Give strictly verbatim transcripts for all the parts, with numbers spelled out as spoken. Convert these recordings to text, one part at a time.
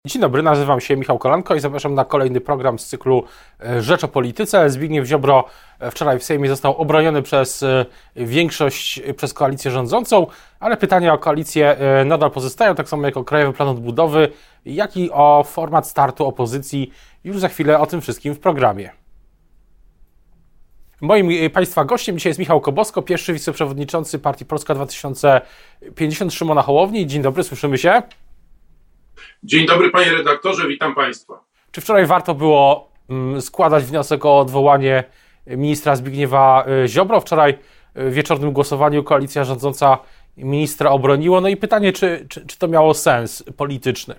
Dzień dobry, nazywam się Michał Kolanko i zapraszam na kolejny program z cyklu Rzecz o Polityce. Zbigniew Ziobro wczoraj w Sejmie został obroniony przez większość, przez koalicję rządzącą, ale pytania o koalicję nadal pozostają, tak samo jak o Krajowy Plan Odbudowy, jak i o format startu opozycji. Już za chwilę o tym wszystkim w programie. Moim Państwa gościem dzisiaj jest Michał Kobosko, pierwszy wiceprzewodniczący Partii Polska dwa tysiące pięćdziesiąt Szymona Hołowni. Dzień dobry, słyszymy się? Dzień dobry, panie redaktorze, witam państwa. Czy wczoraj warto było składać wniosek o odwołanie ministra Zbigniewa Ziobro? Wczoraj w wieczornym głosowaniu koalicja rządząca ministra obroniło. No i pytanie, czy, czy, czy to miało sens polityczny?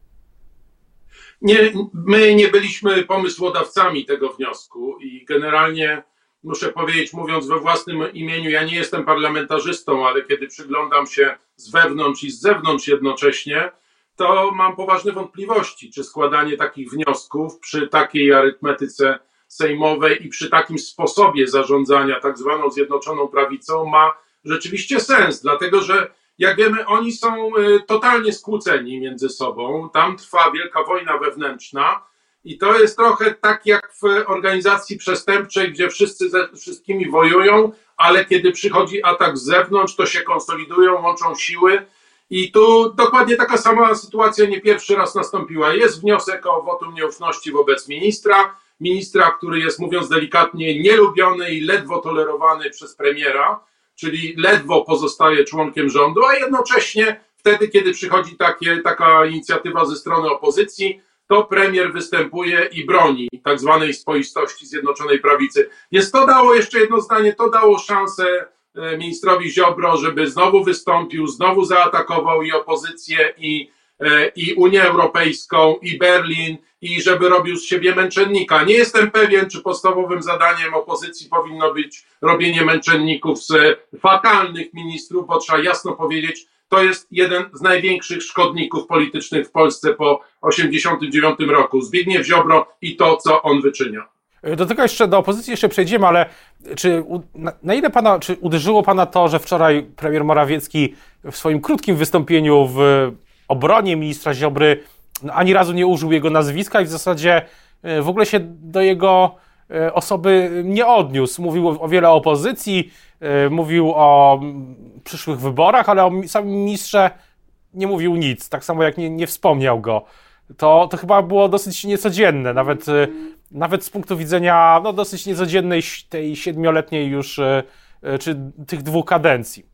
Nie, my nie byliśmy pomysłodawcami tego wniosku i generalnie muszę powiedzieć, mówiąc we własnym imieniu, ja nie jestem parlamentarzystą, ale kiedy przyglądam się z wewnątrz i z zewnątrz jednocześnie, to mam poważne wątpliwości, czy składanie takich wniosków przy takiej arytmetyce sejmowej i przy takim sposobie zarządzania tak zwaną Zjednoczoną Prawicą ma rzeczywiście sens, dlatego że jak wiemy, oni są totalnie skłóceni między sobą, tam trwa wielka wojna wewnętrzna i to jest trochę tak jak w organizacji przestępczej, gdzie wszyscy ze wszystkimi wojują, ale kiedy przychodzi atak z zewnątrz, to się konsolidują, łączą siły. I tu dokładnie taka sama sytuacja nie pierwszy raz nastąpiła. Jest wniosek o wotum nieufności wobec ministra, ministra, który jest, mówiąc delikatnie, nielubiony i ledwo tolerowany przez premiera, czyli ledwo pozostaje członkiem rządu, a jednocześnie wtedy, kiedy przychodzi takie, taka inicjatywa ze strony opozycji, to premier występuje i broni tak zwanej spoistości Zjednoczonej Prawicy. Więc to dało, jeszcze jedno zdanie, to dało szansę ministrowi Ziobro, żeby znowu wystąpił, znowu zaatakował i opozycję, i, i Unię Europejską, i Berlin, i żeby robił z siebie męczennika. Nie jestem pewien, czy podstawowym zadaniem opozycji powinno być robienie męczenników z fatalnych ministrów, bo trzeba jasno powiedzieć, to jest jeden z największych szkodników politycznych w Polsce po osiemdziesiątym dziewiątym roku. Zbigniew Ziobro i to, co on wyczynia. Do tego jeszcze, do opozycji jeszcze przejdziemy, ale czy na, na ile pana, czy uderzyło pana to, że wczoraj premier Morawiecki w swoim krótkim wystąpieniu w obronie ministra Ziobry ani razu nie użył jego nazwiska i w zasadzie w ogóle się do jego osoby nie odniósł. Mówił o wiele o opozycji, mówił o przyszłych wyborach, ale o samym ministrze nie mówił nic, tak samo jak nie, nie wspomniał go. To, to chyba było dosyć niecodzienne, nawet, nawet z punktu widzenia no, dosyć niecodziennej tej siedmioletniej już, czy tych dwóch kadencji.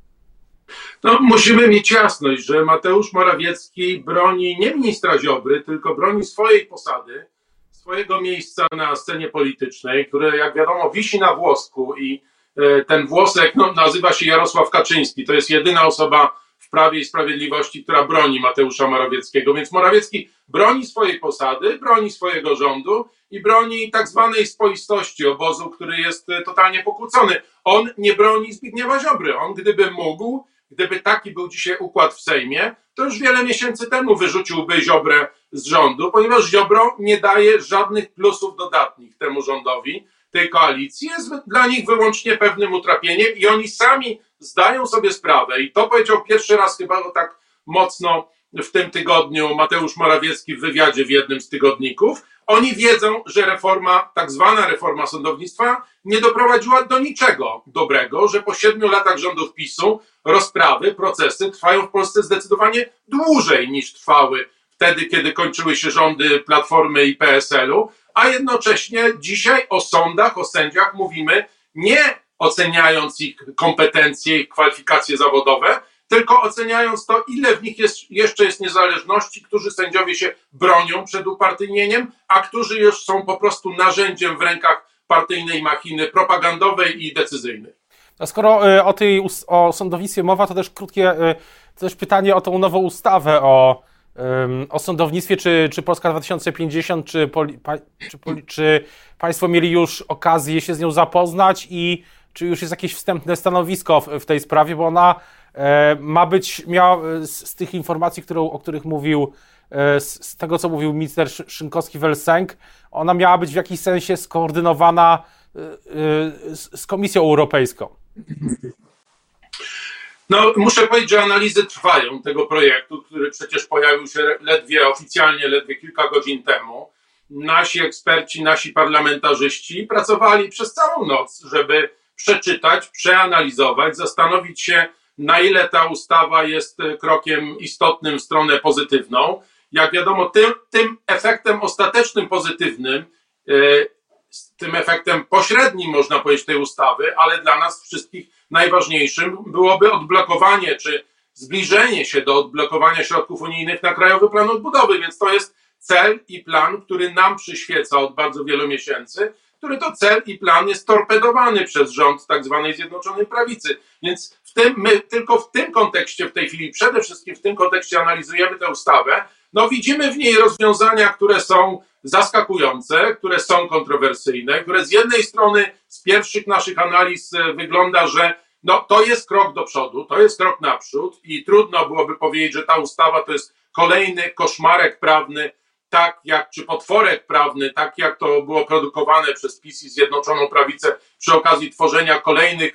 No, musimy mieć jasność, że Mateusz Morawiecki broni nie ministra Ziobry, tylko broni swojej posady, swojego miejsca na scenie politycznej, które jak wiadomo wisi na włosku i ten włosek no, nazywa się Jarosław Kaczyński. To jest jedyna osoba w Prawie i Sprawiedliwości, która broni Mateusza Morawieckiego. Więc Morawiecki broni swojej posady, broni swojego rządu i broni tak zwanej spoistości obozu, który jest totalnie pokłócony. On nie broni Zbigniewa Ziobry. On gdyby mógł, gdyby taki był dzisiaj układ w Sejmie, to już wiele miesięcy temu wyrzuciłby Ziobrę z rządu, ponieważ Ziobro nie daje żadnych plusów dodatnich temu rządowi, tej koalicji, jest dla nich wyłącznie pewnym utrapieniem i oni sami zdają sobie sprawę i to powiedział pierwszy raz chyba tak mocno w tym tygodniu Mateusz Morawiecki w wywiadzie w jednym z tygodników. Oni wiedzą, że reforma, tak zwana reforma sądownictwa nie doprowadziła do niczego dobrego, że po siedmiu latach rządów PiSu rozprawy, procesy trwają w Polsce zdecydowanie dłużej niż trwały wtedy, kiedy kończyły się rządy Platformy i P S L u, a jednocześnie dzisiaj o sądach, o sędziach mówimy nie oceniając ich kompetencje, ich kwalifikacje zawodowe, tylko oceniając to, ile w nich jest, jeszcze jest niezależności, którzy sędziowie się bronią przed upartyjnieniem, a którzy już są po prostu narzędziem w rękach partyjnej machiny propagandowej i decyzyjnej. A skoro o tej o sądownictwie mowa, to też krótkie to też pytanie o tą nową ustawę o, o sądownictwie, czy, czy Polska dwa tysiące pięćdziesiąt, czy, poli, czy, poli, czy Państwo mieli już okazję się z nią zapoznać i czy już jest jakieś wstępne stanowisko w, w tej sprawie, bo ona e, ma być, miała z, z tych informacji, którą, o których mówił, e, z, z tego co mówił minister Szynkowski-Welsenk, ona miała być w jakimś sensie skoordynowana e, e, z, z Komisją Europejską. No, muszę powiedzieć, że analizy trwają tego projektu, który przecież pojawił się ledwie oficjalnie, ledwie kilka godzin temu. Nasi eksperci, nasi parlamentarzyści pracowali przez całą noc, żeby przeczytać, przeanalizować, zastanowić się, na ile ta ustawa jest krokiem istotnym w stronę pozytywną. Jak wiadomo, tym, tym efektem ostatecznym pozytywnym, tym efektem pośrednim, można powiedzieć, tej ustawy, ale dla nas wszystkich najważniejszym byłoby odblokowanie czy zbliżenie się do odblokowania środków unijnych na Krajowy Plan Odbudowy, więc to jest cel i plan, który nam przyświeca od bardzo wielu miesięcy, który to cel i plan jest torpedowany przez rząd tak zwanej Zjednoczonej Prawicy. Więc w tym, my tylko w tym kontekście w tej chwili, przede wszystkim w tym kontekście analizujemy tę ustawę. No widzimy w niej rozwiązania, które są zaskakujące, które są kontrowersyjne, które z jednej strony z pierwszych naszych analiz wygląda, że no, to jest krok do przodu, to jest krok naprzód i trudno byłoby powiedzieć, że ta ustawa to jest kolejny koszmarek prawny, tak jak, czy potworek prawny, tak jak to było produkowane przez PiS i Zjednoczoną Prawicę przy okazji tworzenia kolejnych,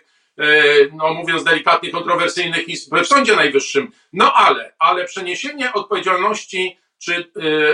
no mówiąc delikatnie, kontrowersyjnych izb w Sądzie Najwyższym. No ale, ale przeniesienie odpowiedzialności czy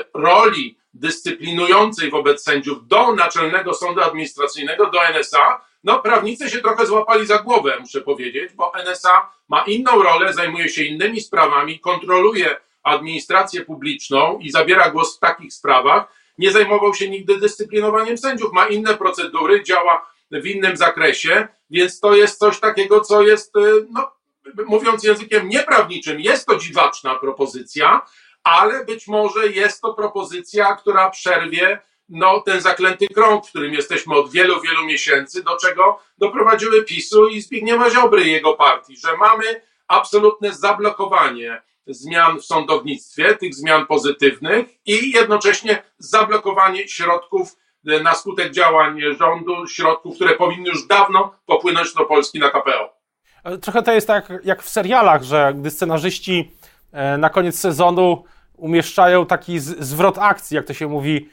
roli dyscyplinującej wobec sędziów do Naczelnego Sądu Administracyjnego, do N S A, no prawnicy się trochę złapali za głowę, muszę powiedzieć, bo N S A ma inną rolę, zajmuje się innymi sprawami, kontroluje administrację publiczną i zabiera głos w takich sprawach. Nie zajmował się nigdy dyscyplinowaniem sędziów, ma inne procedury, działa w innym zakresie, więc to jest coś takiego, co jest, no, mówiąc językiem nieprawniczym, jest to dziwaczna propozycja, ale być może jest to propozycja, która przerwie no, ten zaklęty krąg, w którym jesteśmy od wielu, wielu miesięcy, do czego doprowadziły PiS-u i Zbigniewa Ziobry i jego partii, że mamy absolutne zablokowanie zmian w sądownictwie, tych zmian pozytywnych i jednocześnie zablokowanie środków na skutek działań rządu, środków, które powinny już dawno popłynąć do Polski na K P O. Trochę to jest tak jak w serialach, że gdy scenarzyści na koniec sezonu umieszczają taki zwrot akcji, jak to się mówi,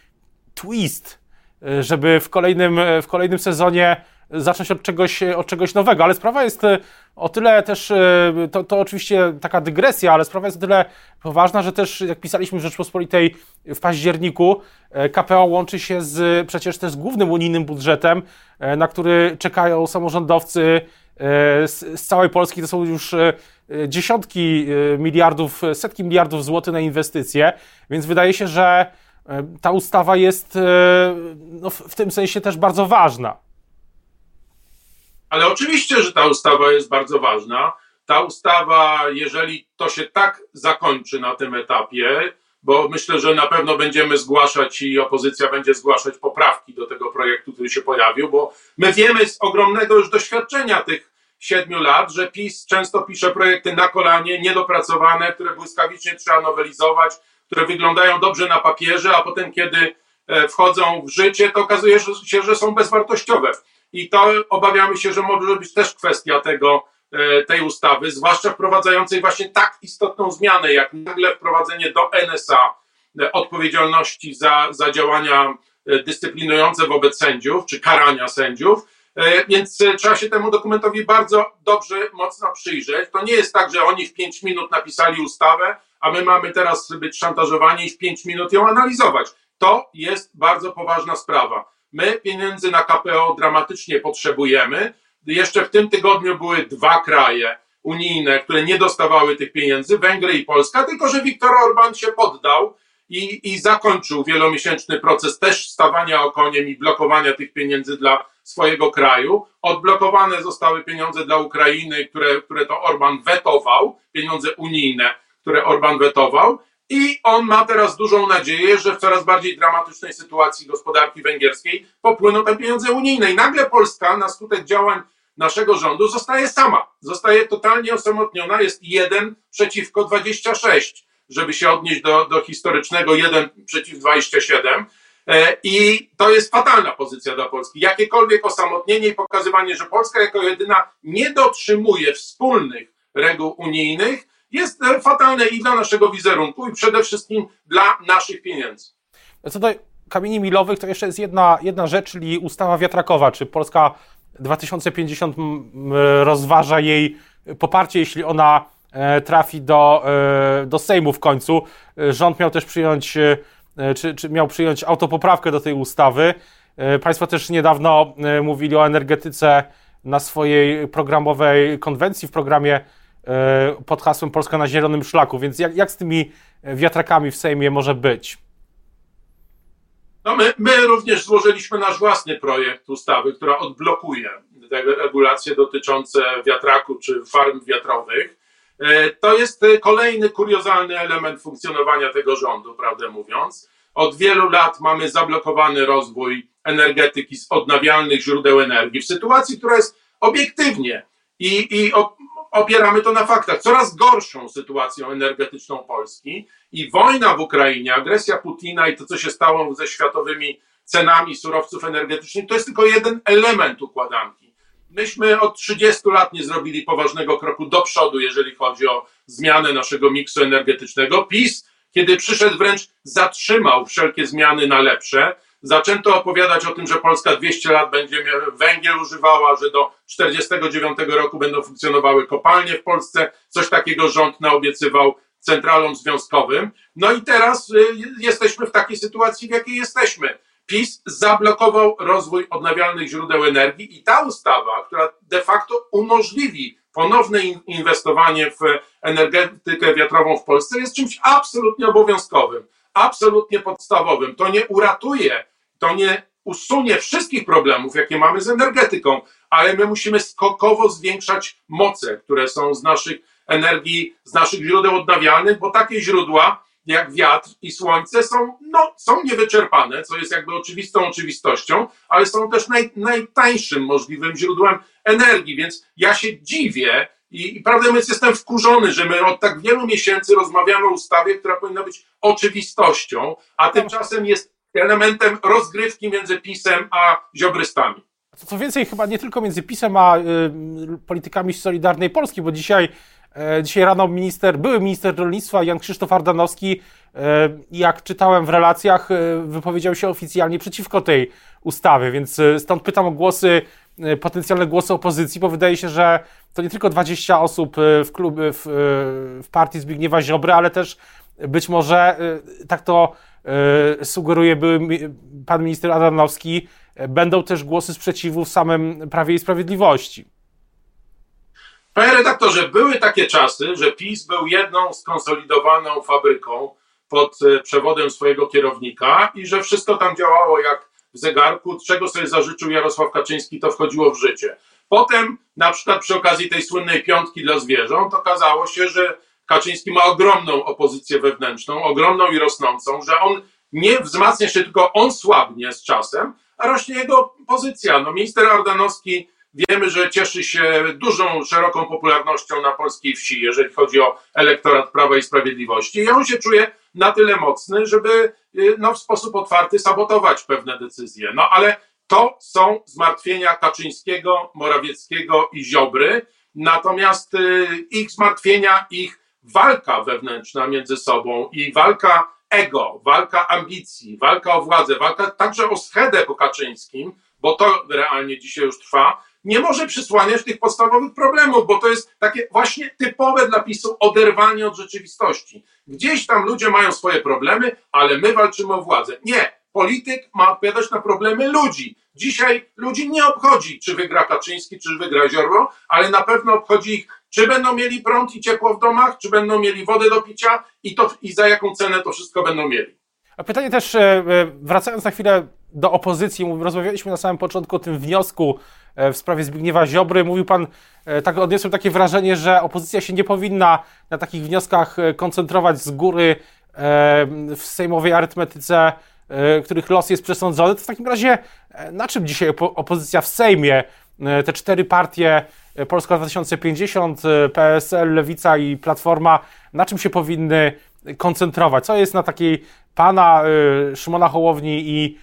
twist, żeby w kolejnym, w kolejnym sezonie zacząć od czegoś, od czegoś nowego, ale sprawa jest o tyle też, to, to oczywiście taka dygresja, ale sprawa jest o tyle poważna, że też jak pisaliśmy w Rzeczpospolitej w październiku, K P O łączy się z, przecież też z głównym unijnym budżetem, na który czekają samorządowcy z, z całej Polski. To są już dziesiątki miliardów, setki miliardów złotych na inwestycje, więc wydaje się, że ta ustawa jest no, w tym sensie też bardzo ważna. Ale oczywiście, że ta ustawa jest bardzo ważna. Ta ustawa, jeżeli to się tak zakończy na tym etapie, bo myślę, że na pewno będziemy zgłaszać i opozycja będzie zgłaszać poprawki do tego projektu, który się pojawił, bo my wiemy z ogromnego już doświadczenia tych siedmiu lat, że PiS często pisze projekty na kolanie, niedopracowane, które błyskawicznie trzeba nowelizować, które wyglądają dobrze na papierze, a potem kiedy wchodzą w życie, to okazuje się, że są bezwartościowe. I to obawiamy się, że może być też kwestia tego, tej ustawy, zwłaszcza wprowadzającej właśnie tak istotną zmianę, jak nagle wprowadzenie do N S A odpowiedzialności za, za działania dyscyplinujące wobec sędziów, czy karania sędziów. Więc trzeba się temu dokumentowi bardzo dobrze, mocno przyjrzeć. To nie jest tak, że oni w pięć minut napisali ustawę, a my mamy teraz być szantażowani i w pięć minut ją analizować. To jest bardzo poważna sprawa. My pieniędzy na K P O dramatycznie potrzebujemy. Jeszcze w tym tygodniu były dwa kraje unijne, które nie dostawały tych pieniędzy, Węgry i Polska, tylko że Viktor Orban się poddał i, i zakończył wielomiesięczny proces też stawania okoniem i blokowania tych pieniędzy dla swojego kraju. Odblokowane zostały pieniądze dla Ukrainy, które, które to Orban wetował, pieniądze unijne, które Orban wetował. I on ma teraz dużą nadzieję, że w coraz bardziej dramatycznej sytuacji gospodarki węgierskiej popłyną te pieniądze unijne. I nagle Polska na skutek działań naszego rządu zostaje sama. Zostaje totalnie osamotniona. Jest jeden przeciwko dwudziestu sześciu, żeby się odnieść do, do historycznego jeden przeciw dwudziestu siedmiu. I to jest fatalna pozycja dla Polski. Jakiekolwiek osamotnienie i pokazywanie, że Polska jako jedyna nie dotrzymuje wspólnych reguł unijnych, jest fatalne i dla naszego wizerunku i przede wszystkim dla naszych pieniędzy. Co do kamieni milowych, to jeszcze jest jedna, jedna rzecz, czyli ustawa wiatrakowa. Czy Polska dwa tysiące pięćdziesiąt rozważa jej poparcie, jeśli ona trafi do, do Sejmu w końcu. Rząd miał też przyjąć, czy, czy miał przyjąć autopoprawkę do tej ustawy. Państwo też niedawno mówili o energetyce na swojej programowej konwencji, w programie pod hasłem Polska na zielonym szlaku, więc jak, jak z tymi wiatrakami w Sejmie może być? No my, my również złożyliśmy nasz własny projekt ustawy, która odblokuje te regulacje dotyczące wiatraku czy farm wiatrowych. To jest kolejny kuriozalny element funkcjonowania tego rządu, prawdę mówiąc. Od wielu lat mamy zablokowany rozwój energetyki z odnawialnych źródeł energii w sytuacji, która jest obiektywnie i, i opieramy to na faktach, coraz gorszą sytuacją energetyczną Polski i wojna w Ukrainie, agresja Putina i to, co się stało ze światowymi cenami surowców energetycznych, to jest tylko jeden element układanki. Myśmy od trzydziestu lat nie zrobili poważnego kroku do przodu, jeżeli chodzi o zmianę naszego miksu energetycznego. PiS, kiedy przyszedł, wręcz zatrzymał wszelkie zmiany na lepsze. Zaczęto opowiadać o tym, że Polska dwieście lat będzie węgiel używała, że do czterdziestego dziewiątego roku będą funkcjonowały kopalnie w Polsce. Coś takiego rząd naobiecywał centralom związkowym. No i teraz y, jesteśmy w takiej sytuacji, w jakiej jesteśmy. PiS zablokował rozwój odnawialnych źródeł energii i ta ustawa, która de facto umożliwi ponowne inwestowanie w energetykę wiatrową w Polsce, jest czymś absolutnie obowiązkowym, absolutnie podstawowym. To nie uratuje, to nie usunie wszystkich problemów, jakie mamy z energetyką, ale my musimy skokowo zwiększać moce, które są z naszych energii, z naszych źródeł odnawialnych, bo takie źródła jak wiatr i słońce są, no, są niewyczerpane, co jest jakby oczywistą oczywistością, ale są też naj, najtańszym możliwym źródłem energii, więc ja się dziwię i, i prawdę mówiąc jestem wkurzony, że my od tak wielu miesięcy rozmawiamy o ustawie, która powinna być oczywistością, a tymczasem jest elementem rozgrywki między PiS-em a ziobrystami. Co więcej, chyba nie tylko między PiS-em a y, politykami Solidarnej Polski, bo dzisiaj Dzisiaj rano minister, były minister rolnictwa Jan Krzysztof Ardanowski, jak czytałem w relacjach, wypowiedział się oficjalnie przeciwko tej ustawie, więc stąd pytam o głosy, potencjalne głosy opozycji, bo wydaje się, że to nie tylko dwadzieścia osób w klubie, w, w partii Zbigniewa Ziobry, ale też być może, tak to sugeruje były pan minister Ardanowski, będą też głosy sprzeciwu w samym Prawie i Sprawiedliwości. Panie redaktorze, były takie czasy, że PiS był jedną skonsolidowaną fabryką pod przewodem swojego kierownika i że wszystko tam działało jak w zegarku, czego sobie zażyczył Jarosław Kaczyński, to wchodziło w życie. Potem na przykład przy okazji tej słynnej piątki dla zwierząt okazało się, że Kaczyński ma ogromną opozycję wewnętrzną, ogromną i rosnącą, że on nie wzmacnia się, tylko on słabnie z czasem, a rośnie jego pozycja. No, minister Ardanowski wiemy, że cieszy się dużą, szeroką popularnością na polskiej wsi, jeżeli chodzi o elektorat Prawa i Sprawiedliwości. I on się czuje na tyle mocny, żeby no, w sposób otwarty sabotować pewne decyzje. No ale to są zmartwienia Kaczyńskiego, Morawieckiego i Ziobry. Natomiast ich zmartwienia, ich walka wewnętrzna między sobą i walka ego, walka ambicji, walka o władzę, walka także o schedę po Kaczyńskim, bo to realnie dzisiaj już trwa, nie może przysłaniać tych podstawowych problemów, bo to jest takie właśnie typowe dla PiS-u oderwanie od rzeczywistości. Gdzieś tam ludzie mają swoje problemy, ale my walczymy o władzę. Nie, polityk ma odpowiadać na problemy ludzi. Dzisiaj ludzi nie obchodzi, czy wygra Kaczyński, czy wygra Ziobro, ale na pewno obchodzi ich, czy będą mieli prąd i ciepło w domach, czy będą mieli wodę do picia i, to, i za jaką cenę to wszystko będą mieli. A pytanie też, wracając na chwilę do opozycji, rozmawialiśmy na samym początku o tym wniosku w sprawie Zbigniewa Ziobry. Mówił pan, tak odniosłem takie wrażenie, że opozycja się nie powinna na takich wnioskach koncentrować z góry w sejmowej arytmetyce, których los jest przesądzony. To w takim razie na czym dzisiaj opozycja w Sejmie, te cztery partie, Polska dwa tysiące pięćdziesiąt, P S L, Lewica i Platforma, na czym się powinny koncentrować? Co jest na takiej pana Szymona Hołowni i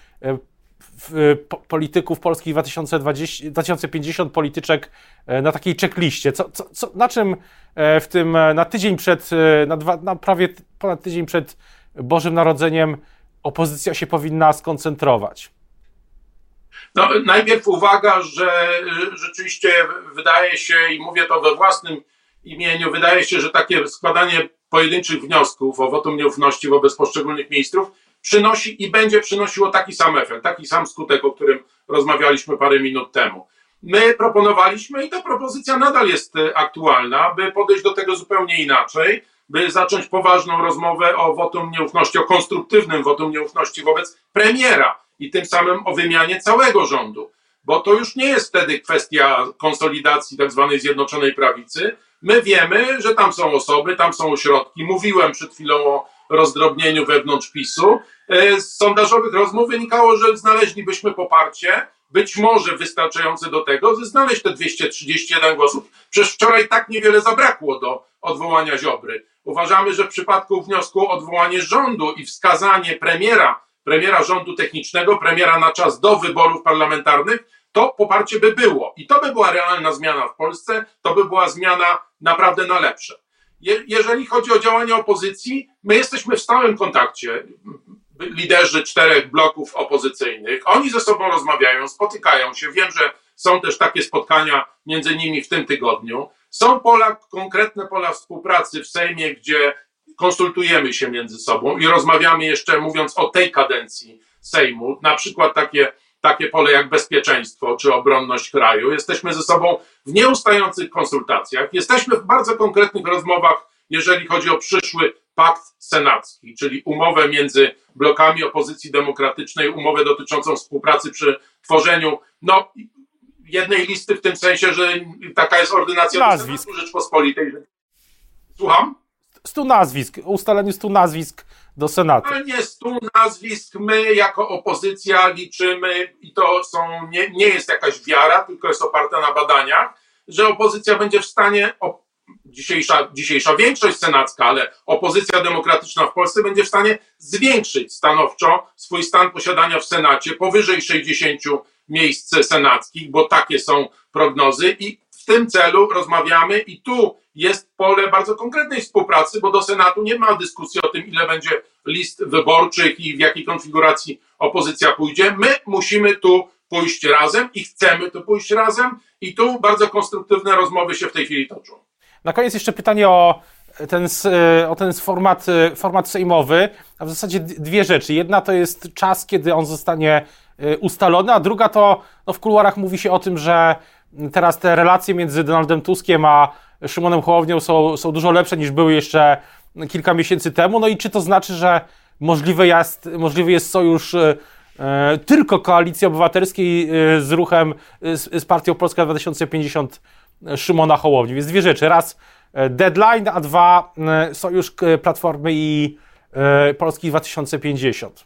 polityków polskich dwa tysiące pięćdziesiąt, polityczek na takiej checkliście? Co, co, co, na czym w tym, na tydzień przed, na, dwa, na prawie ponad tydzień przed Bożym Narodzeniem opozycja się powinna skoncentrować? No, najpierw uwaga, że rzeczywiście wydaje się, i mówię to we własnym imieniu, wydaje się, że takie składanie pojedynczych wniosków o wotum nieufności wobec poszczególnych ministrów przynosi i będzie przynosiło taki sam efekt, taki sam skutek, o którym rozmawialiśmy parę minut temu. My proponowaliśmy, i ta propozycja nadal jest aktualna, by podejść do tego zupełnie inaczej, by zacząć poważną rozmowę o wotum nieufności, o konstruktywnym wotum nieufności wobec premiera i tym samym o wymianie całego rządu, bo to już nie jest wtedy kwestia konsolidacji tak zwanej Zjednoczonej Prawicy. My wiemy, że tam są osoby, tam są ośrodki. Mówiłem przed chwilą o rozdrobnieniu wewnątrz PiSu. Z sondażowych rozmów wynikało, że znaleźlibyśmy poparcie, być może wystarczające do tego, by znaleźć te dwieście trzydzieści jeden głosów. Przecież wczoraj tak niewiele zabrakło do odwołania Ziobry. Uważamy, że w przypadku wniosku o odwołanie rządu i wskazanie premiera, premiera rządu technicznego, premiera na czas do wyborów parlamentarnych, to poparcie by było. I to by była realna zmiana w Polsce, to by była zmiana naprawdę na lepsze. Je, jeżeli chodzi o działania opozycji, my jesteśmy w stałym kontakcie. Liderzy czterech bloków opozycyjnych, oni ze sobą rozmawiają, spotykają się. Wiem, że są też takie spotkania między nimi w tym tygodniu. Są pola, konkretne pola współpracy w Sejmie, gdzie konsultujemy się między sobą i rozmawiamy jeszcze, mówiąc o tej kadencji Sejmu, na przykład takie, takie pole jak bezpieczeństwo czy obronność kraju. Jesteśmy ze sobą w nieustających konsultacjach. Jesteśmy w bardzo konkretnych rozmowach, jeżeli chodzi o przyszły pakt senacki, czyli umowę między blokami opozycji demokratycznej, umowę dotyczącą współpracy przy tworzeniu no, jednej listy, w tym sensie, że taka jest ordynacja nazwisk. Senatu Rzeczpospolitej. Słucham? Stu nazwisk, ustaleniu stu nazwisk do Senatu. Ale nie stu nazwisk, my jako opozycja liczymy, i to są, nie, nie jest jakaś wiara, tylko jest oparte na badaniach, że opozycja będzie w stanie, o, dzisiejsza, dzisiejsza większość senacka, ale opozycja demokratyczna w Polsce będzie w stanie zwiększyć stanowczo swój stan posiadania w Senacie powyżej sześćdziesięciu miejsc senackich, bo takie są prognozy i w tym celu rozmawiamy i tu jest pole bardzo konkretnej współpracy, bo do Senatu nie ma dyskusji o tym, ile będzie list wyborczych i w jakiej konfiguracji opozycja pójdzie. My musimy tu pójść razem i chcemy tu pójść razem i tu bardzo konstruktywne rozmowy się w tej chwili toczą. Na koniec jeszcze pytanie o ten, o ten format, format sejmowy, a w zasadzie dwie rzeczy. Jedna to jest czas, kiedy on zostanie ustalony, a druga to no w kuluarach mówi się o tym, że teraz te relacje między Donaldem Tuskiem a Szymonem Hołownią są, są dużo lepsze niż były jeszcze kilka miesięcy temu. No i czy to znaczy, że możliwy jest, możliwy jest sojusz e, tylko Koalicji Obywatelskiej e, z ruchem, e, z, z partią Polska dwa tysiące pięćdziesiąt Szymona Hołowni. Więc dwie rzeczy. Raz deadline, a dwa sojusz Platformy i e, Polski dwa tysiące pięćdziesiąt.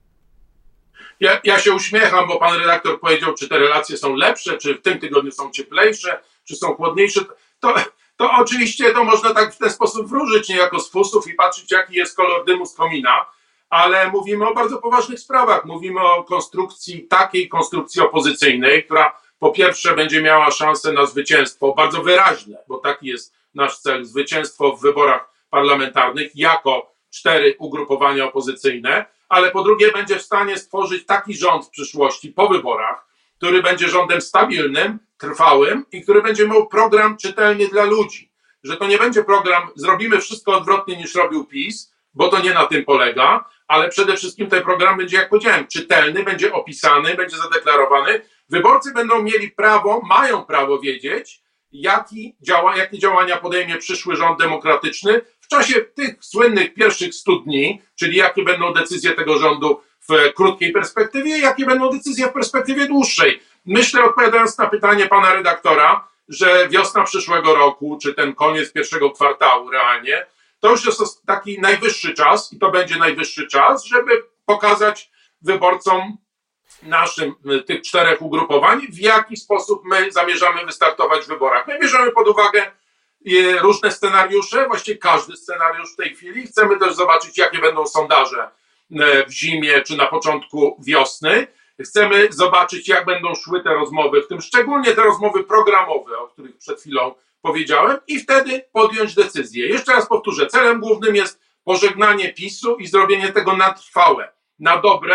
Ja, ja się uśmiecham, bo pan redaktor powiedział, czy te relacje są lepsze, czy w tym tygodniu są cieplejsze, czy są chłodniejsze. To, to oczywiście to można tak w ten sposób wróżyć niejako z fusów i patrzeć, jaki jest kolor dymu z komina, ale mówimy o bardzo poważnych sprawach. Mówimy o konstrukcji, takiej konstrukcji opozycyjnej, która po pierwsze będzie miała szansę na zwycięstwo, bardzo wyraźne, bo taki jest nasz cel, zwycięstwo w wyborach parlamentarnych jako cztery ugrupowania opozycyjne, ale po drugie będzie w stanie stworzyć taki rząd w przyszłości po wyborach, który będzie rządem stabilnym, trwałym i który będzie miał program czytelny dla ludzi. Że to nie będzie program, zrobimy wszystko odwrotnie niż robił PiS, bo to nie na tym polega, ale przede wszystkim ten program będzie, jak powiedziałem, czytelny, będzie opisany, będzie zadeklarowany. Wyborcy będą mieli prawo, mają prawo wiedzieć, jaki działa, jakie działania podejmie przyszły rząd demokratyczny w czasie tych słynnych pierwszych stu dni, czyli jakie będą decyzje tego rządu w krótkiej perspektywie, jakie będą decyzje w perspektywie dłuższej. Myślę, odpowiadając na pytanie pana redaktora, że wiosna przyszłego roku, czy ten koniec pierwszego kwartału realnie, to już jest taki najwyższy czas i to będzie najwyższy czas, żeby pokazać wyborcom naszym, tych czterech ugrupowań, w jaki sposób my zamierzamy wystartować w wyborach. My bierzemy pod uwagę różne scenariusze, właściwie każdy scenariusz w tej chwili. Chcemy też zobaczyć, jakie będą sondaże w zimie czy na początku wiosny. Chcemy zobaczyć, jak będą szły te rozmowy, w tym szczególnie te rozmowy programowe, o których przed chwilą powiedziałem, i wtedy podjąć decyzję. Jeszcze raz powtórzę, celem głównym jest pożegnanie PiSu i zrobienie tego na trwałe, na dobre,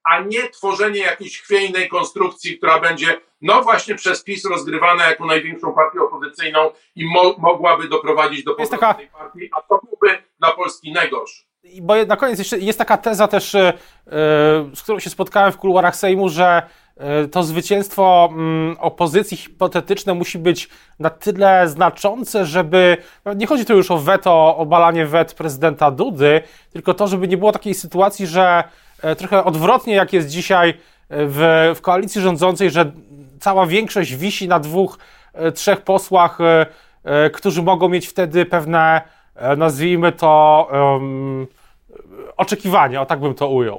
a nie tworzenie jakiejś chwiejnej konstrukcji, która będzie no właśnie przez PiS rozgrywana jako największą partię opozycyjną i mo- mogłaby doprowadzić do powrotu taka... tej partii, a to byłby dla Polski najgorszy. Bo na koniec jeszcze jest taka teza też, yy, z którą się spotkałem w kuluarach Sejmu, że yy, to zwycięstwo yy, opozycji hipotetyczne musi być na tyle znaczące, żeby, nie chodzi tu już o weto, obalanie wet prezydenta Dudy, tylko to, żeby nie było takiej sytuacji, że yy, trochę odwrotnie jak jest dzisiaj w, w koalicji rządzącej, że cała większość wisi na dwóch, yy, trzech posłach, yy, yy, którzy mogą mieć wtedy pewne, yy, nazwijmy to, yy, oczekiwania, o tak bym to ujął.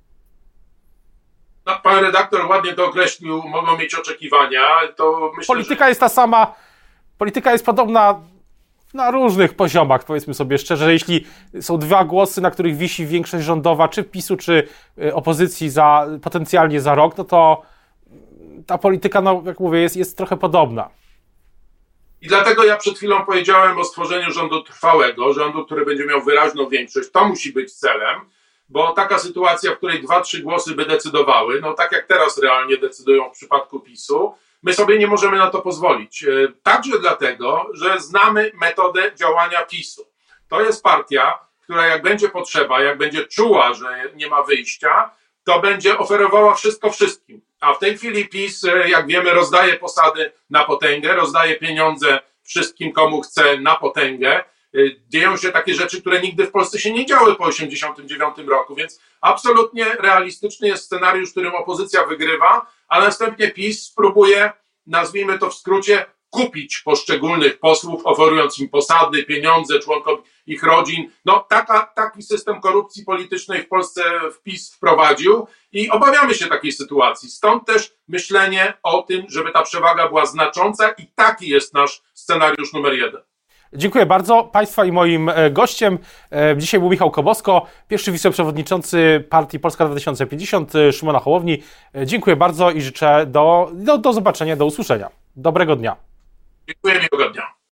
No, pan redaktor ładnie to określił, mogą mieć oczekiwania. To myślę, polityka że... jest ta sama, polityka jest podobna na różnych poziomach, powiedzmy sobie szczerze, że jeśli są dwa głosy, na których wisi większość rządowa, czy PiSu, czy opozycji za, potencjalnie za rok, no to ta polityka, no jak mówię, jest, jest trochę podobna. I dlatego ja przed chwilą powiedziałem o stworzeniu rządu trwałego, rządu, który będzie miał wyraźną większość. To musi być celem, bo taka sytuacja, w której dwa, trzy głosy by decydowały, no tak jak teraz realnie decydują w przypadku PiSu, my sobie nie możemy na to pozwolić. Także dlatego, że znamy metodę działania PiSu. To jest partia, która jak będzie potrzeba, jak będzie czuła, że nie ma wyjścia, to będzie oferowała wszystko wszystkim. A w tej chwili PiS, jak wiemy, rozdaje posady na potęgę, rozdaje pieniądze wszystkim, komu chce na potęgę. Dzieją się takie rzeczy, które nigdy w Polsce się nie działy po osiemdziesiątym dziewiątym roku, więc absolutnie realistyczny jest scenariusz, w którym opozycja wygrywa, a następnie PiS spróbuje, nazwijmy to w skrócie, kupić poszczególnych posłów, oferując im posady, pieniądze, członkom ich rodzin. No taka, taki system korupcji politycznej w Polsce PiS wprowadził i obawiamy się takiej sytuacji. Stąd też myślenie o tym, żeby ta przewaga była znacząca i taki jest nasz scenariusz numer jeden. Dziękuję bardzo. Państwa i moim gościem dzisiaj był Michał Kobosko, pierwszy wiceprzewodniczący partii Polska dwa tysiące pięćdziesiąt, Szymona Hołowni. Dziękuję bardzo i życzę do, do, do zobaczenia, do usłyszenia. Dobrego dnia. Dziękuję, miłego dnia.